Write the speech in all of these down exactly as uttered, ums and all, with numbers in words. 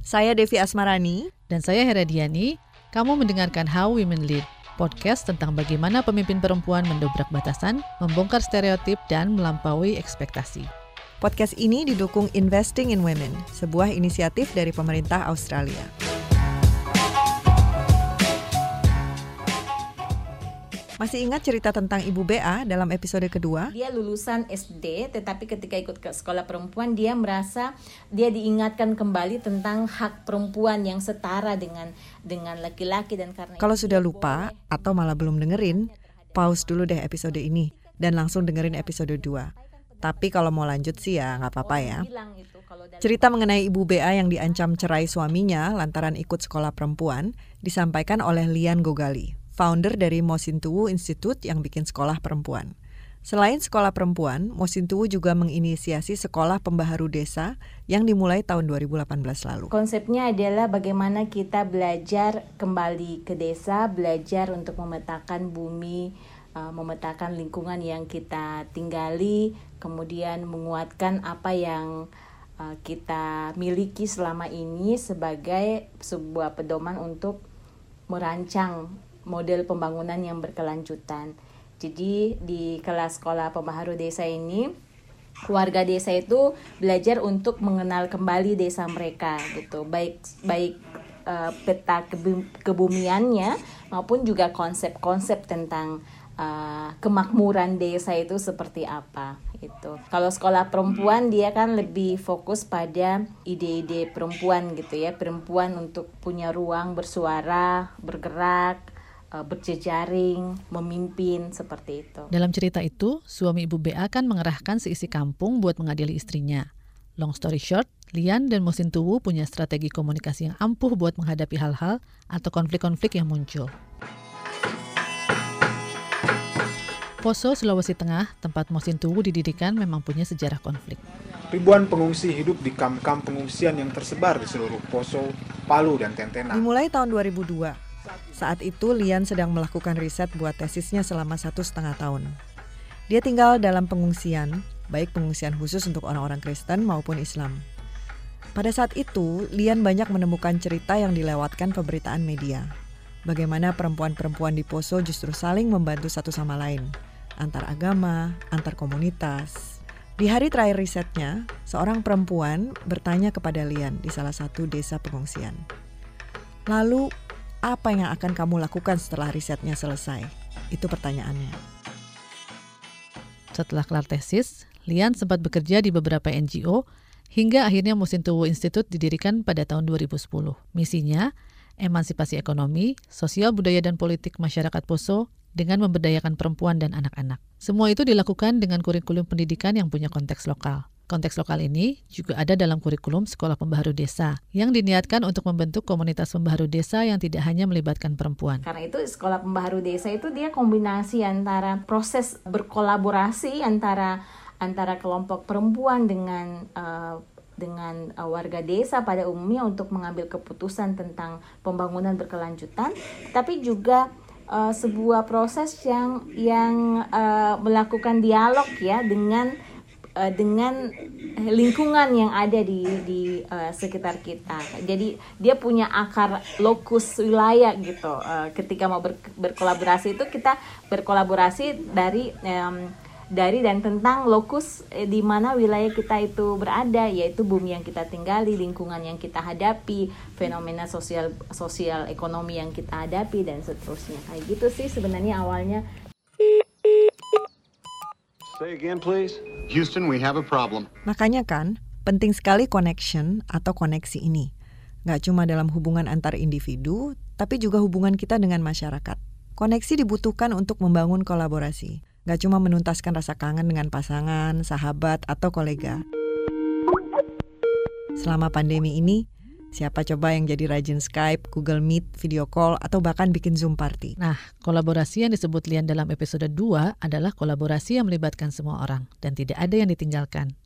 Saya Devi Asmarani. Dan saya Heradiani. Kamu mendengarkan How Women Lead, podcast tentang bagaimana pemimpin perempuan mendobrak batasan, membongkar stereotip, dan melampaui ekspektasi. Podcast ini didukung Investing in Women, sebuah inisiatif dari pemerintah Australia. Masih ingat cerita tentang Ibu Bea dalam episode kedua? Dia lulusan S D, tetapi ketika ikut ke sekolah perempuan, dia merasa dia diingatkan kembali tentang hak perempuan yang setara dengan dengan laki-laki. Dan karena kalau sudah lupa boleh, atau malah belum dengerin, pause dulu deh episode ini dan langsung dengerin episode dua. Tapi kalau mau lanjut sih ya nggak apa-apa ya. Cerita mengenai Ibu Bea yang diancam cerai suaminya lantaran ikut sekolah perempuan disampaikan oleh Lian Gogali, founder dari Mosintowo Institute yang bikin sekolah perempuan. Selain sekolah perempuan, Mosintowo juga menginisiasi sekolah pembaharu desa yang dimulai tahun dua ribu delapan belas lalu. Konsepnya adalah bagaimana kita belajar kembali ke desa, belajar untuk memetakan bumi, uh, memetakan lingkungan yang kita tinggali, kemudian menguatkan apa yang uh, kita miliki selama ini sebagai sebuah pedoman untuk merancang model pembangunan yang berkelanjutan. Jadi di kelas sekolah pembaharu desa ini, warga desa itu belajar untuk mengenal kembali desa mereka gitu, baik baik uh, peta kebumiannya maupun juga konsep-konsep tentang uh, kemakmuran desa itu seperti apa itu. Kalau sekolah perempuan dia kan lebih fokus pada ide-ide perempuan gitu ya, perempuan untuk punya ruang bersuara, bergerak, berjejaring, memimpin, seperti itu. Dalam cerita itu, suami Ibu Bea kan mengerahkan seisi kampung buat mengadili istrinya. Long story short, Lian dan Mosintowo punya strategi komunikasi yang ampuh buat menghadapi hal-hal atau konflik-konflik yang muncul. Poso, Sulawesi Tengah, tempat Mosintowo didirikan memang punya sejarah konflik. Ribuan pengungsi hidup di kamp-kamp pengungsian yang tersebar di seluruh Poso, Palu, dan Tentena. Dimulai tahun dua ribu dua. Saat itu Lian sedang melakukan riset buat tesisnya selama satu setengah tahun. Dia tinggal dalam pengungsian, baik pengungsian khusus untuk orang-orang Kristen maupun Islam. Pada saat itu, Lian banyak menemukan cerita yang dilewatkan pemberitaan media. Bagaimana perempuan-perempuan di Poso justru saling membantu satu sama lain, antar agama, antar komunitas. Di hari terakhir risetnya, seorang perempuan bertanya kepada Lian di salah satu desa pengungsian. Lalu, apa yang akan kamu lakukan setelah risetnya selesai? Itu pertanyaannya. Setelah kelar tesis, Lian sempat bekerja di beberapa N G O hingga akhirnya Mosintowo Institute didirikan pada tahun dua ribu sepuluh. Misinya, emansipasi ekonomi, sosial budaya dan politik masyarakat Poso dengan memberdayakan perempuan dan anak-anak. Semua itu dilakukan dengan kurikulum pendidikan yang punya konteks lokal. Konteks lokal ini juga ada dalam kurikulum sekolah pembaharu desa yang diniatkan untuk membentuk komunitas pembaharu desa yang tidak hanya melibatkan perempuan. Karena itu sekolah pembaharu desa itu dia kombinasi antara proses berkolaborasi antara antara kelompok perempuan dengan uh, dengan uh, warga desa pada umumnya untuk mengambil keputusan tentang pembangunan berkelanjutan, tapi juga uh, sebuah proses yang yang uh, melakukan dialog ya dengan dengan lingkungan yang ada di di uh, sekitar kita. Jadi dia punya akar lokus wilayah gitu. Uh, ketika mau ber, berkolaborasi itu kita berkolaborasi dari um, dari dan tentang lokus eh, di mana wilayah kita itu berada, yaitu bumi yang kita tinggali, lingkungan yang kita hadapi, fenomena sosial sosial ekonomi yang kita hadapi dan seterusnya. Kayak gitu sih sebenarnya awalnya. Say again, please. Houston, we have a problem. Makanya kan, penting sekali connection atau koneksi ini. Nggak cuma dalam hubungan antar individu, tapi juga hubungan kita dengan masyarakat. Koneksi dibutuhkan untuk membangun kolaborasi. Nggak cuma menuntaskan rasa kangen dengan pasangan, sahabat, atau kolega. Selama pandemi ini, siapa coba yang jadi rajin Skype, Google Meet, video call, atau bahkan bikin Zoom party? Nah, kolaborasi yang disebut Lian dalam episode dua adalah kolaborasi yang melibatkan semua orang dan tidak ada yang ditinggalkan.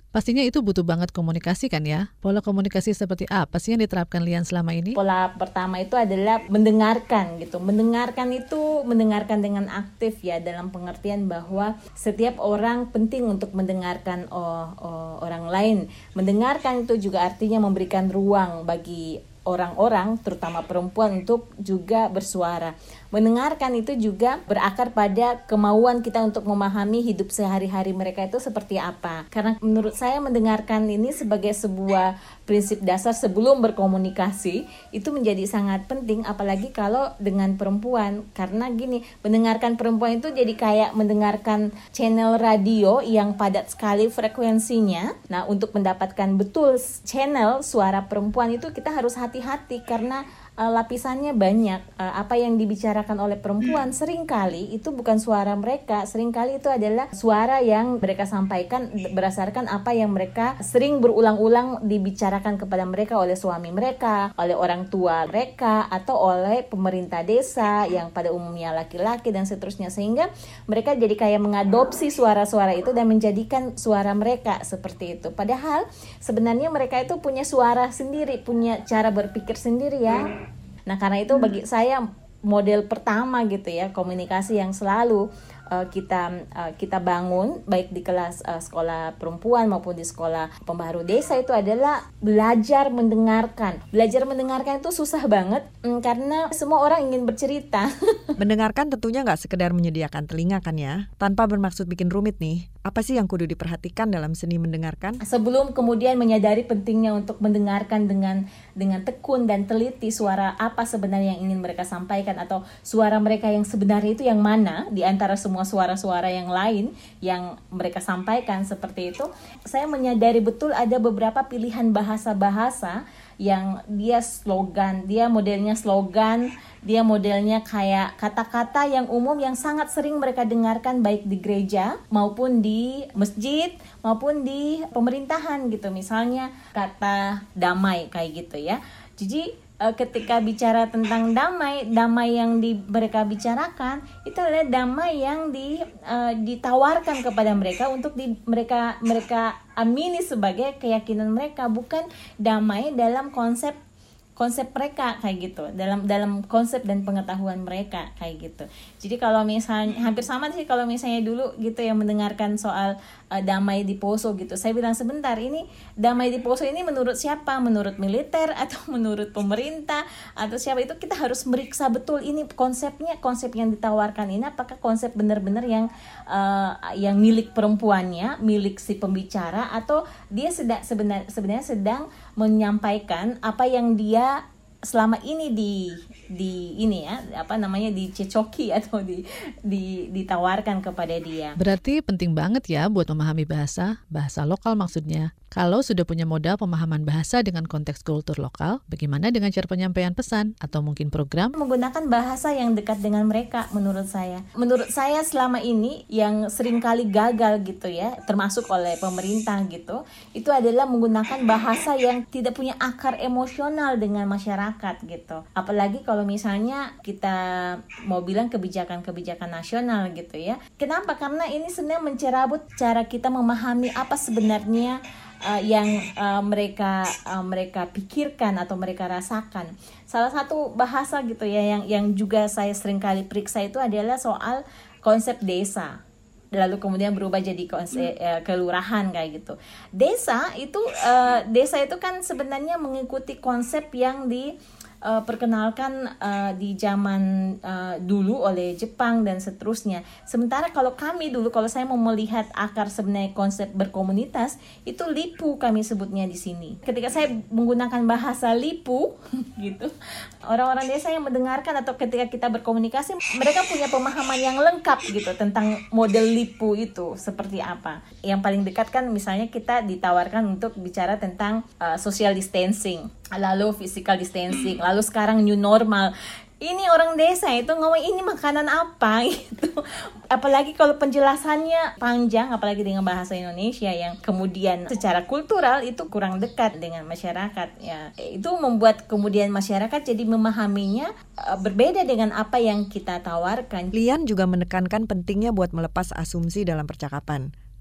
Pastinya itu butuh banget komunikasi kan ya? Pola komunikasi seperti apa sih yang diterapkan Lian selama ini? Pola pertama itu adalah mendengarkan gitu. Mendengarkan itu mendengarkan dengan aktif ya, dalam pengertian bahwa setiap orang penting untuk mendengarkan oh, oh, orang lain. Mendengarkan itu juga artinya memberikan ruang bagi orang-orang, terutama perempuan, untuk juga bersuara. Mendengarkan itu juga berakar pada kemauan kita untuk memahami hidup sehari-hari mereka itu seperti apa. Karena menurut saya mendengarkan ini sebagai sebuah prinsip dasar sebelum berkomunikasi itu menjadi sangat penting, apalagi kalau dengan perempuan. Karena gini, mendengarkan perempuan itu jadi kayak mendengarkan channel radio yang padat sekali frekuensinya. Nah, untuk mendapatkan betul channel suara perempuan itu kita harus hati-hati karena uh, lapisannya banyak. Uh, apa yang dibicarakan oleh perempuan seringkali itu bukan suara mereka, seringkali itu adalah suara yang mereka sampaikan berdasarkan apa yang mereka sering berulang-ulang dibicarakan kepada mereka oleh suami mereka, oleh orang tua mereka, atau oleh pemerintah desa yang pada umumnya laki-laki dan seterusnya, sehingga mereka jadi kayak mengadopsi suara-suara itu dan menjadikan suara mereka seperti itu. Padahal sebenarnya mereka itu punya suara sendiri, punya cara berpikir sendiri ya. Nah, karena itu bagi saya model pertama gitu ya, komunikasi yang selalu uh, kita uh, kita bangun baik di kelas uh, sekolah perempuan maupun di sekolah pembaharu desa itu adalah belajar mendengarkan. Belajar mendengarkan itu susah banget mm, karena semua orang ingin bercerita. Mendengarkan tentunya nggak sekedar menyediakan telinga kan ya, tanpa bermaksud bikin rumit nih. Apa sih yang kudu diperhatikan dalam seni mendengarkan? Sebelum kemudian menyadari pentingnya untuk mendengarkan dengan dengan tekun dan teliti suara apa sebenarnya yang ingin mereka sampaikan, atau suara mereka yang sebenarnya itu yang mana di antara semua suara-suara yang lain yang mereka sampaikan seperti itu, saya menyadari betul ada beberapa pilihan bahasa-bahasa yang dia slogan, dia modelnya slogan, dia modelnya kayak kata-kata yang umum yang sangat sering mereka dengarkan baik di gereja maupun di masjid maupun di pemerintahan gitu. Misalnya kata damai kayak gitu ya. Jadi ketika bicara tentang damai, damai yang di, mereka bicarakan itu adalah damai yang di, uh, ditawarkan kepada mereka untuk di, mereka mereka amini sebagai keyakinan mereka, bukan damai dalam konsep konsep mereka kayak gitu, dalam dalam konsep dan pengetahuan mereka kayak gitu. Jadi kalau misalnya hampir sama sih kalau misalnya dulu gitu ya mendengarkan soal uh, damai di Poso gitu. Saya bilang sebentar, ini damai di Poso ini menurut siapa? Menurut militer atau menurut pemerintah atau siapa? Itu kita harus meriksa betul ini konsepnya, konsep yang ditawarkan ini apakah konsep benar-benar yang uh, yang milik perempuannya, milik si pembicara, atau dia sedang sebenar, sebenarnya sedang menyampaikan apa yang dia selama ini di di ini ya apa namanya dicecoki atau di, di ditawarkan kepada dia. Berarti penting banget ya buat memahami bahasa, bahasa lokal maksudnya. Kalau sudah punya modal pemahaman bahasa dengan konteks kultur lokal, bagaimana dengan cara penyampaian pesan atau mungkin program? Menggunakan bahasa yang dekat dengan mereka menurut saya. Menurut saya selama ini yang seringkali gagal gitu ya, termasuk oleh pemerintah gitu, itu adalah menggunakan bahasa yang tidak punya akar emosional dengan masyarakat gitu. Apalagi kalau misalnya kita mau bilang kebijakan-kebijakan nasional gitu ya. Kenapa? Karena ini sebenarnya mencerabut cara kita memahami apa sebenarnya Uh, yang uh, mereka uh, mereka pikirkan atau mereka rasakan. Salah satu bahasa gitu ya yang yang juga saya sering kali periksa itu adalah soal konsep desa. Lalu kemudian berubah jadi konsep uh, kelurahan kayak gitu. Desa itu uh, desa itu kan sebenarnya mengikuti konsep yang di Uh, perkenalkan uh, di zaman uh, dulu oleh Jepang dan seterusnya. Sementara kalau kami dulu, kalau saya mau melihat akar sebenarnya konsep berkomunitas, itu lipu kami sebutnya di sini. Ketika saya menggunakan bahasa lipu, gitu, orang-orang desa yang mendengarkan atau ketika kita berkomunikasi, mereka punya pemahaman yang lengkap gitu tentang model lipu itu seperti apa. Yang paling dekat kan misalnya kita ditawarkan untuk bicara tentang uh, social distancing, lalu physical distancing, lalu sekarang new normal. Ini orang desa itu ngomong ini makanan apa gitu. Apalagi kalau penjelasannya panjang, apalagi dengan bahasa Indonesia yang kemudian secara kultural itu kurang dekat dengan masyarakat ya. Itu membuat kemudian masyarakat jadi memahaminya uh, berbeda dengan apa yang kita tawarkan. Lian juga menekankan pentingnya buat melepas asumsi dalam percakapan.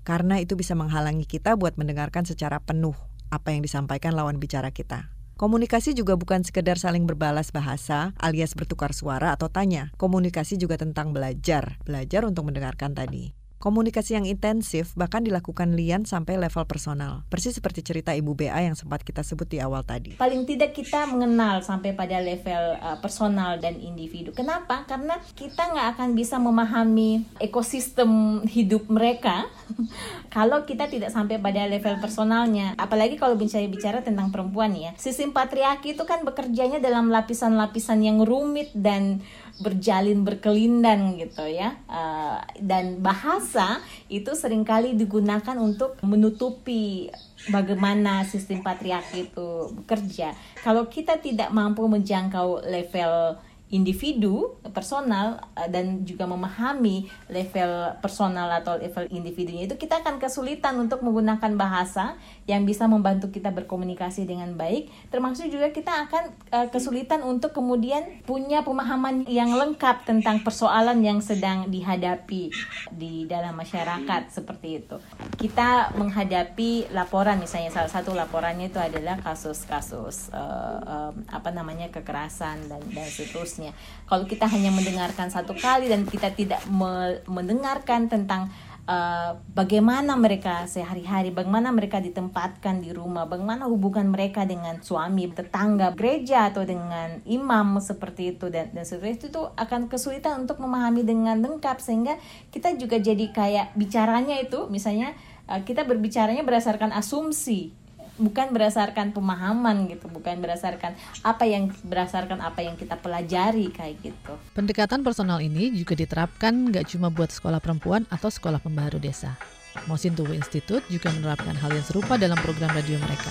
karena itu bisa menghalangi kita buat mendengarkan secara penuh apa yang disampaikan lawan bicara kita. Komunikasi juga bukan sekedar saling berbalas bahasa alias bertukar suara atau tanya. Komunikasi juga tentang belajar, belajar untuk mendengarkan tadi. Komunikasi yang intensif bahkan dilakukan Lian sampai level personal. Persis seperti cerita Ibu B A yang sempat kita sebut di awal tadi. Paling tidak kita mengenal sampai pada level uh, personal dan individu. Kenapa? Karena kita nggak akan bisa memahami ekosistem hidup mereka kalau kita tidak sampai pada level personalnya. Apalagi kalau bicara-bicara tentang perempuan ya. Sistem patriarki itu kan bekerjanya dalam lapisan-lapisan yang rumit dan berjalin berkelindan gitu ya, uh, dan bahasa itu seringkali digunakan untuk menutupi bagaimana sistem patriarki itu bekerja. Kalau kita tidak mampu menjangkau level individu personal dan juga memahami level personal atau level individunya, itu kita akan kesulitan untuk menggunakan bahasa yang bisa membantu kita berkomunikasi dengan baik, termasuk juga kita akan uh, kesulitan untuk kemudian punya pemahaman yang lengkap tentang persoalan yang sedang dihadapi di dalam masyarakat seperti itu. Kita menghadapi laporan, misalnya salah satu laporannya itu adalah kasus-kasus uh, uh, apa namanya kekerasan dan dan seterusnya. Kalau kita hanya mendengarkan satu kali dan kita tidak me- mendengarkan tentang uh, bagaimana mereka sehari-hari, bagaimana mereka ditempatkan di rumah, bagaimana hubungan mereka dengan suami, tetangga, gereja atau dengan imam seperti itu dan dan seperti itu, itu akan kesulitan untuk memahami dengan lengkap, sehingga kita juga jadi kayak bicaranya itu misalnya uh, kita berbicaranya berdasarkan asumsi, bukan berdasarkan pemahaman gitu, bukan berdasarkan apa yang berdasarkan apa yang kita pelajari kayak gitu. Pendekatan personal ini juga diterapkan nggak cuma buat sekolah perempuan atau sekolah pembaharu desa. Mosin Tuwu Institute juga menerapkan hal yang serupa dalam program radio mereka.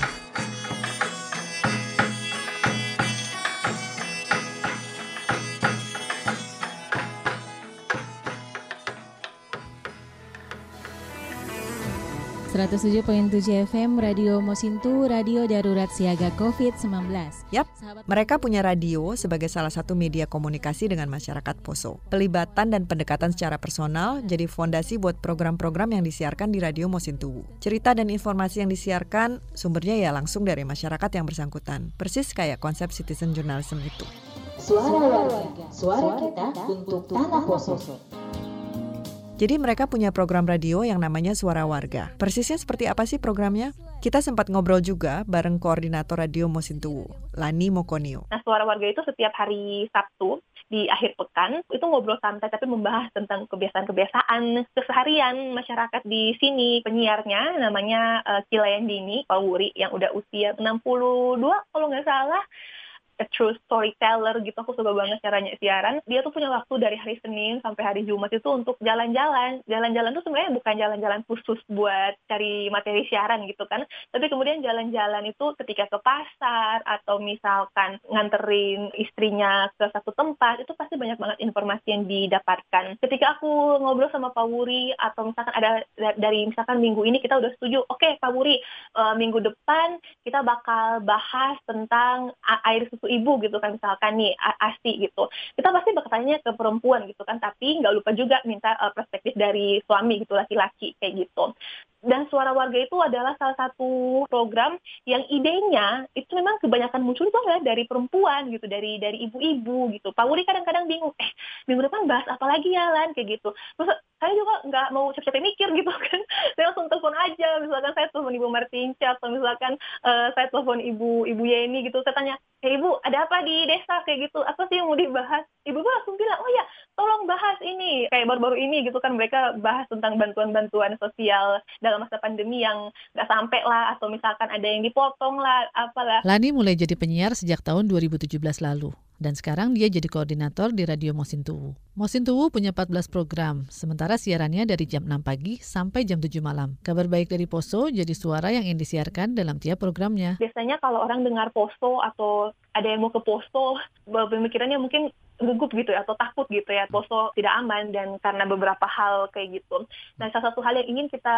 seratus tujuh koma tujuh F M Radio Mosin Tuwu, Radio Darurat Siaga covid sembilan belas. Yap, mereka punya radio sebagai salah satu media komunikasi dengan masyarakat Poso. Pelibatan dan pendekatan secara personal jadi fondasi buat program-program yang disiarkan di Radio Mosin Tuwu. Cerita dan informasi yang disiarkan sumbernya ya langsung dari masyarakat yang bersangkutan. Persis kayak konsep citizen journalism itu. Suara warga, suara kita untuk tanah Poso. Jadi mereka punya program radio yang namanya Suara Warga. Persisnya seperti apa sih programnya? Kita sempat ngobrol juga bareng koordinator radio Mosin Tuwu, Lani Mokonio. Nah, Suara Warga itu setiap hari Sabtu di akhir pekan itu ngobrol santai tapi membahas tentang kebiasaan-kebiasaan keseharian masyarakat di sini. Penyiarnya namanya uh, Kilayandini Pawuri yang udah usia enam puluh dua kalau nggak salah. A true storyteller gitu, aku suka banget caranya siaran. Dia tuh punya waktu dari hari Senin sampai hari Jumat itu untuk jalan-jalan. Jalan-jalan tuh sebenarnya bukan jalan-jalan khusus buat cari materi siaran gitu kan. Tapi kemudian jalan-jalan itu ketika ke pasar atau misalkan nganterin istrinya ke satu tempat, itu pasti banyak banget informasi yang didapatkan. Ketika aku ngobrol sama Pak Wuri atau misalkan ada dari misalkan minggu ini kita udah setuju, oke okay, Pak Wuri, uh, minggu depan kita bakal bahas tentang air susu ibu gitu kan, misalkan nih A S I gitu, kita pasti bakal tanya ke perempuan gitu kan, tapi nggak lupa juga minta uh, perspektif dari suami gitu, laki-laki kayak gitu. Dan Suara Warga itu adalah salah satu program yang idenya itu memang kebanyakan muncul itu adalah dari perempuan gitu, dari dari ibu-ibu gitu. Pak Wuri kadang-kadang bingung, eh minggu depan bahas apa lagi ya Lan kayak gitu. Terus saya juga nggak mau capek-capek mikir gitu kan, saya langsung telepon aja, misalkan saya telepon Ibu Martinca atau misalkan uh, saya telepon Ibu Ibu Yeni gitu, saya tanya, eh Ibu ada apa di desa kayak gitu, apa sih yang mau dibahas? Ibu gue langsung bilang, oh ya tolong bahas ini, kayak baru-baru ini gitu kan mereka bahas tentang bantuan-bantuan sosial dalam masa pandemi yang nggak sampai lah, atau misalkan ada yang dipotong lah, apalah. Lani mulai jadi penyiar sejak tahun dua ribu tujuh belas lalu. Dan sekarang dia jadi koordinator di Radio Mosin Tuwu. Mosin Tuwu punya empat belas program, sementara siarannya dari jam enam pagi sampai jam tujuh malam. Kabar baik dari Poso jadi suara yang ingin disiarkan dalam tiap programnya. Biasanya kalau orang dengar Poso atau ada yang mau ke Poso, pemikirannya mungkin gugup gitu ya, atau takut gitu ya, Poso tidak aman dan karena beberapa hal kayak gitu. Nah, salah satu hal yang ingin kita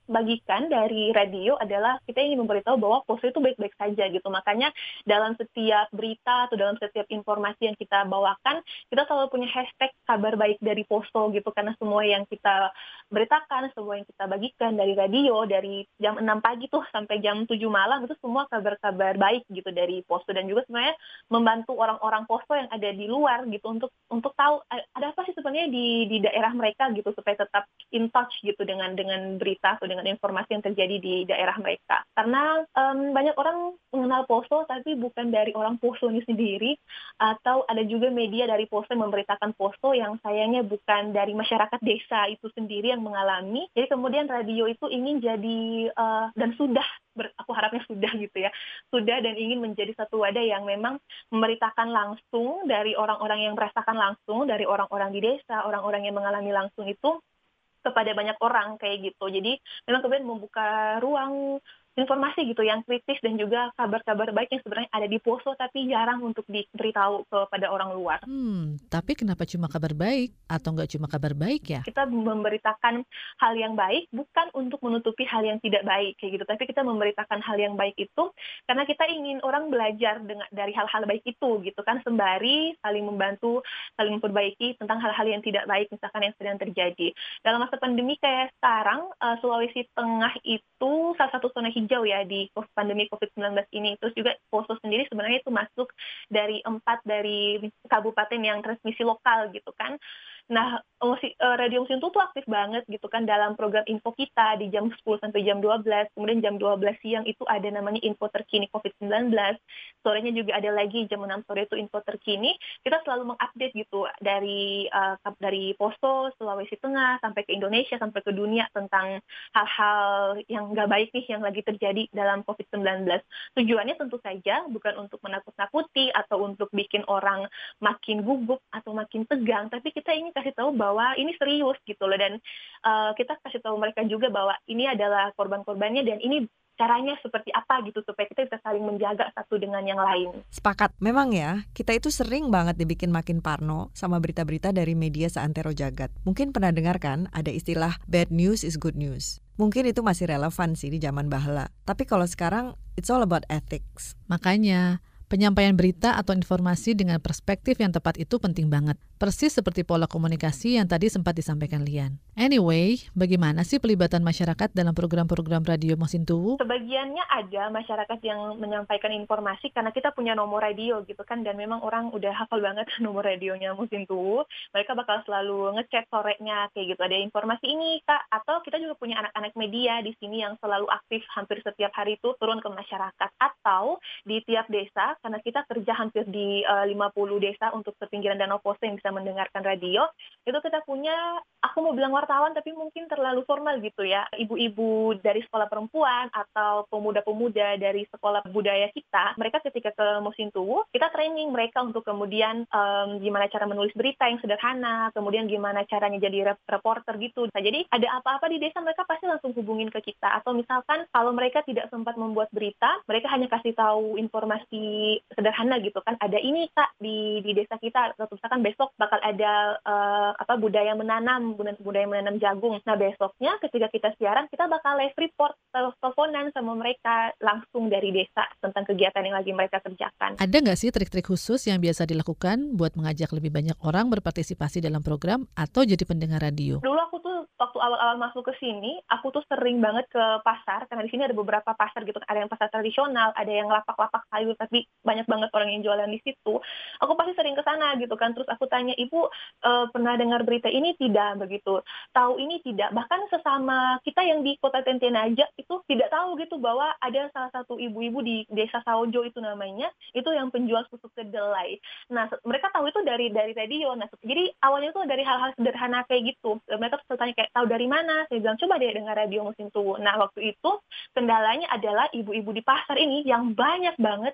bagikan dari radio adalah kita ingin memberitahu bahwa Poso itu baik-baik saja gitu. Makanya dalam setiap berita atau dalam setiap informasi yang kita bawakan, kita selalu punya hashtag kabar baik dari Poso gitu, karena semua yang kita beritakan, semua yang kita bagikan dari radio, dari jam enam pagi tuh sampai jam tujuh malam, itu semua kabar-kabar baik gitu dari Poso, dan juga sebenarnya membantu orang-orang Poso yang ada di luar gitu untuk untuk tahu ada apa sih sebenarnya di di daerah mereka gitu, supaya tetap in touch gitu dengan dengan berita atau dengan informasi yang terjadi di daerah mereka. Karena um, banyak orang mengenal Poso tapi bukan dari orang Poso ini sendiri, atau ada juga media dari Poso yang memberitakan Poso yang sayangnya bukan dari masyarakat desa itu sendiri yang mengalami. Jadi kemudian radio itu ingin jadi uh, dan sudah ber, aku harapnya sudah gitu ya, sudah dan ingin menjadi satu wadah yang memang memberitakan langsung dari orang-orang yang merasakan langsung, dari orang-orang di desa, orang-orang yang mengalami langsung itu kepada banyak orang kayak gitu. Jadi memang kemudian membuka ruang informasi gitu yang kritis dan juga kabar-kabar baik yang sebenarnya ada di Poso tapi jarang untuk diberitahu kepada orang luar. Hmm, tapi kenapa cuma kabar baik atau nggak cuma kabar baik ya? Kita memberitakan hal yang baik bukan untuk menutupi hal yang tidak baik kayak gitu, tapi kita memberitakan hal yang baik itu karena kita ingin orang belajar dengan dari hal-hal baik itu gitu kan, sembari saling membantu, saling memperbaiki tentang hal-hal yang tidak baik misalkan yang sedang terjadi. Dalam masa pandemi kayak sekarang, uh, Sulawesi Tengah itu salah satu zona hijau ya di pandemi covid sembilan belas ini. Terus juga Poso sendiri sebenarnya itu masuk dari empat dari kabupaten yang transmisi lokal gitu kan. Nah, Radio Musintu tuh aktif banget gitu kan dalam program info kita di jam sepuluh sampai jam dua belas. Kemudian jam dua belas siang itu ada namanya info terkini covid sembilan belas. Sorenya juga ada lagi jam enam sore itu info terkini. Kita selalu mengupdate gitu dari uh, dari Poso, Sulawesi Tengah sampai ke Indonesia, sampai ke dunia tentang hal-hal yang nggak baik nih yang lagi terjadi dalam covid sembilan belas. Tujuannya tentu saja bukan untuk menakut-nakuti atau untuk bikin orang makin gugup atau makin tegang, tapi kita ingin kasih tahu bahwa ini serius gitu loh, dan uh, kita kasih tahu mereka juga bahwa ini adalah korban-korbannya dan ini caranya seperti apa gitu supaya kita bisa saling menjaga satu dengan yang lain. Sepakat, memang ya, kita itu sering banget dibikin makin parno sama berita-berita dari media seantero jagat. Mungkin pernah dengar kan ada istilah bad news is good news. Mungkin itu masih relevan sih di zaman bahla. Tapi kalau sekarang it's all about ethics. Makanya penyampaian berita atau informasi dengan perspektif yang tepat itu penting banget. Persis seperti pola komunikasi yang tadi sempat disampaikan Lian. Anyway, bagaimana sih pelibatan masyarakat dalam program-program Radio Mosintowo? Sebagiannya ada masyarakat yang menyampaikan informasi karena kita punya nomor radio gitu kan, dan memang orang udah hafal banget nomor radionya Mosintowo. Mereka bakal selalu ngechat sorenya kayak gitu, ada informasi ini Kak, atau kita juga punya anak-anak media di sini yang selalu aktif hampir setiap hari itu turun ke masyarakat, atau di tiap desa karena kita kerja hampir di uh, lima puluh desa untuk sepinggiran Danau Poso yang bisa mendengarkan radio, itu kita punya, aku mau bilang wartawan tapi mungkin terlalu formal gitu ya, ibu-ibu dari sekolah perempuan atau pemuda-pemuda dari sekolah budaya kita, mereka ketika ke Mosintowo, kita training mereka untuk kemudian um, gimana cara menulis berita yang sederhana, kemudian gimana caranya jadi reporter gitu. Nah, jadi ada apa-apa di desa mereka pasti langsung hubungin ke kita, atau misalkan kalau mereka tidak sempat membuat berita, mereka hanya kasih tahu informasi sederhana gitu kan, ada ini Kak di di desa kita, atau misalkan besok bakal ada uh, apa budaya menanam budaya menanam jagung. Nah besoknya ketika kita siaran kita bakal live report, teleponan sama mereka langsung dari desa tentang kegiatan yang lagi mereka kerjakan. Ada nggak sih trik-trik khusus yang biasa dilakukan buat mengajak lebih banyak orang berpartisipasi dalam program atau jadi pendengar radio? Dulu aku tuh waktu awal-awal masuk ke sini, aku tuh sering banget ke pasar karena di sini ada beberapa pasar gitu, ada yang pasar tradisional, ada yang lapak-lapak sayur tapi banyak banget orang yang jualan di situ. Aku pasti sering ke sana gitu kan, terus aku tanya, Ibu e, pernah dengar berita ini tidak begitu? Tahu ini tidak? Bahkan sesama kita yang di Kota Tenten aja itu tidak tahu gitu bahwa ada salah satu ibu-ibu di Desa Saojo itu namanya, itu yang penjual susu kedelai. Nah, mereka tahu itu dari dari radio. Nah, jadi awalnya itu dari hal-hal sederhana kayak gitu. Mereka tuh tanya kayak, tahu dari mana? Saya bilang coba deh dengar Radio Mosintowo. Nah, waktu itu kendalanya adalah ibu-ibu di pasar ini yang banyak banget dan aku suka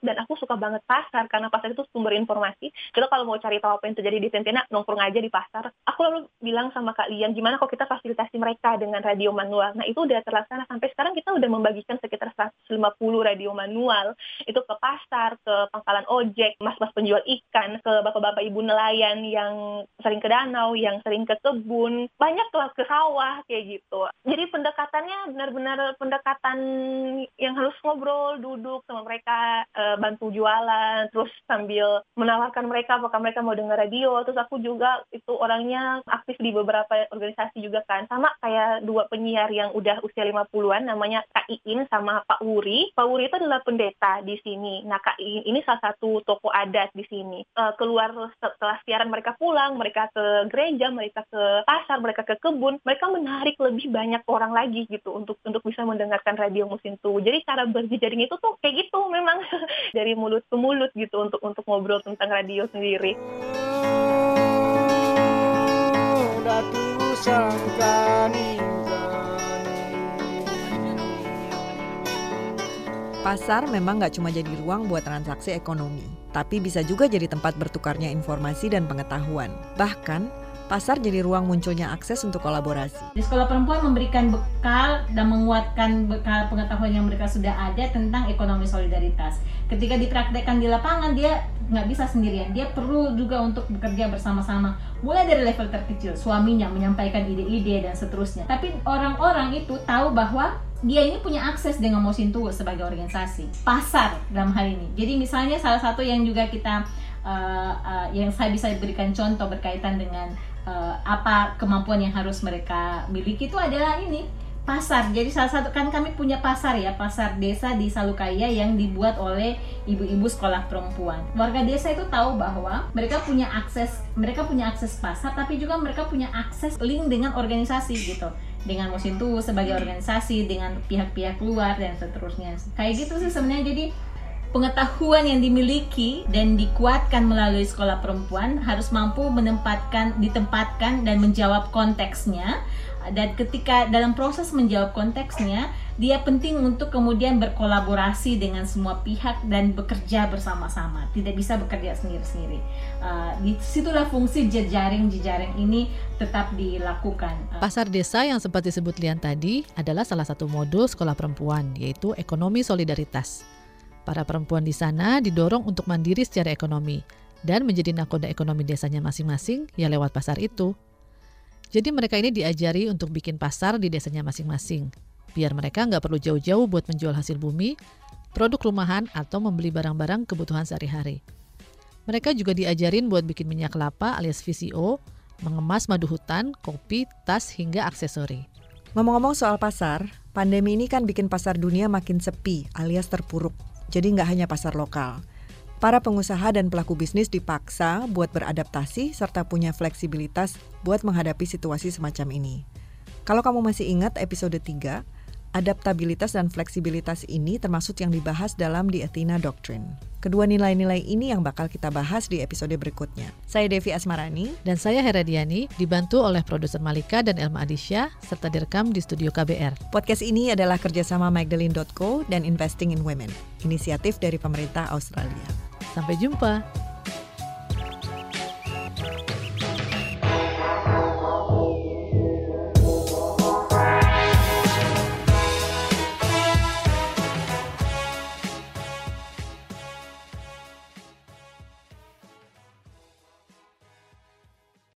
suka banget pasar karena pasar itu sumber informasi. Kita kalau mau cari tahu apa yang terjadi di Centena, nongkrong aja di pasar. Aku lalu bilang sama Kak Lian, gimana kalau kita fasilitasi mereka dengan radio manual. Nah itu udah terlaksana. Sampai sekarang kita udah membagikan sekitar seratus lima puluh radio manual itu ke pasar, ke pangkalan ojek, mas-mas penjual ikan, ke bapak-bapak ibu nelayan yang sering ke danau, yang sering ke kebun, banyak lah ke sawah kayak gitu. Jadi pendekatannya benar-benar pendekatan yang harus ngobrol, duduk sama mereka, e, bantu jualan, terus sambil menawarkan mereka apakah mereka mau dengar radio. Terus aku juga itu orangnya aktif di beberapa organisasi juga kan, sama kayak dua penyiar yang udah usia lima puluhan, namanya Kak Iin sama Pak Wuri. Pak Wuri itu adalah pendeta di sini. Nah Kak Iin ini salah satu tokoh adat di sini. E, keluar setelah siaran mereka pulang, mereka ke gereja, mereka ke pasar, mereka ke kebun, mereka menarik lebih banyak orang lagi gitu untuk untuk bisa mendengarkan radio Musintu. Jadi cara berjejaring itu tuh kayak gitu memang dari mulut ke mulut gitu untuk untuk ngobrol tentang radio sendiri. Pasar memang nggak cuma jadi ruang buat transaksi ekonomi, tapi bisa juga jadi tempat bertukarnya informasi dan pengetahuan. Bahkan pasar jadi ruang munculnya akses untuk kolaborasi. Di Sekolah Perempuan memberikan bekal dan menguatkan bekal pengetahuan yang mereka sudah ada tentang ekonomi solidaritas. Ketika dipraktekkan di lapangan, dia nggak bisa sendirian. Dia perlu juga untuk bekerja bersama-sama. Mulai dari level terkecil, suaminya menyampaikan ide-ide dan seterusnya. Tapi orang-orang itu tahu bahwa dia ini punya akses dengan Mosinto sebagai organisasi. Pasar dalam hal ini. Jadi misalnya salah satu yang juga kita, uh, uh, yang saya bisa berikan contoh berkaitan dengan Uh, apa kemampuan yang harus mereka miliki itu adalah ini, pasar. Jadi salah satu kan kami punya pasar ya, pasar desa di Salukaya yang dibuat oleh ibu-ibu sekolah perempuan. Warga desa itu tahu bahwa mereka punya akses, mereka punya akses pasar, tapi juga mereka punya akses link dengan organisasi gitu, dengan Mosinto sebagai organisasi, dengan pihak-pihak luar dan seterusnya. Kayak gitu sih sebenarnya. Jadi pengetahuan yang dimiliki dan dikuatkan melalui sekolah perempuan harus mampu menempatkan, ditempatkan dan menjawab konteksnya. Dan ketika dalam proses menjawab konteksnya, dia penting untuk kemudian berkolaborasi dengan semua pihak dan bekerja bersama-sama. Tidak bisa bekerja sendiri-sendiri. Uh, di situlah fungsi jejaring-jejaring ini tetap dilakukan. Pasar desa yang sempat disebut Lian tadi adalah salah satu modul sekolah perempuan, yaitu ekonomi solidaritas. Para perempuan di sana didorong untuk mandiri secara ekonomi dan menjadi nakoda ekonomi desanya masing-masing ya lewat pasar itu. Jadi mereka ini diajari untuk bikin pasar di desanya masing-masing, biar mereka nggak perlu jauh-jauh buat menjual hasil bumi, produk rumahan atau membeli barang-barang kebutuhan sehari-hari. Mereka juga diajarin buat bikin minyak kelapa alias V C O, mengemas madu hutan, kopi, tas hingga aksesori. Ngomong-ngomong soal pasar, pandemi ini kan bikin pasar dunia makin sepi alias terpuruk. Jadi nggak hanya pasar lokal. Para pengusaha dan pelaku bisnis dipaksa buat beradaptasi serta punya fleksibilitas buat menghadapi situasi semacam ini. Kalau kamu masih ingat episode tiga, adaptabilitas dan fleksibilitas ini termasuk yang dibahas dalam The Athena Doctrine. Kedua nilai-nilai ini yang bakal kita bahas di episode berikutnya. Saya Devi Asmarani dan saya Heradiani, dibantu oleh produser Malika dan Elma Adisya serta direkam di studio K B R. Podcast ini adalah kerjasama Magdalene dot co dan Investing in Women, inisiatif dari pemerintah Australia. Sampai jumpa.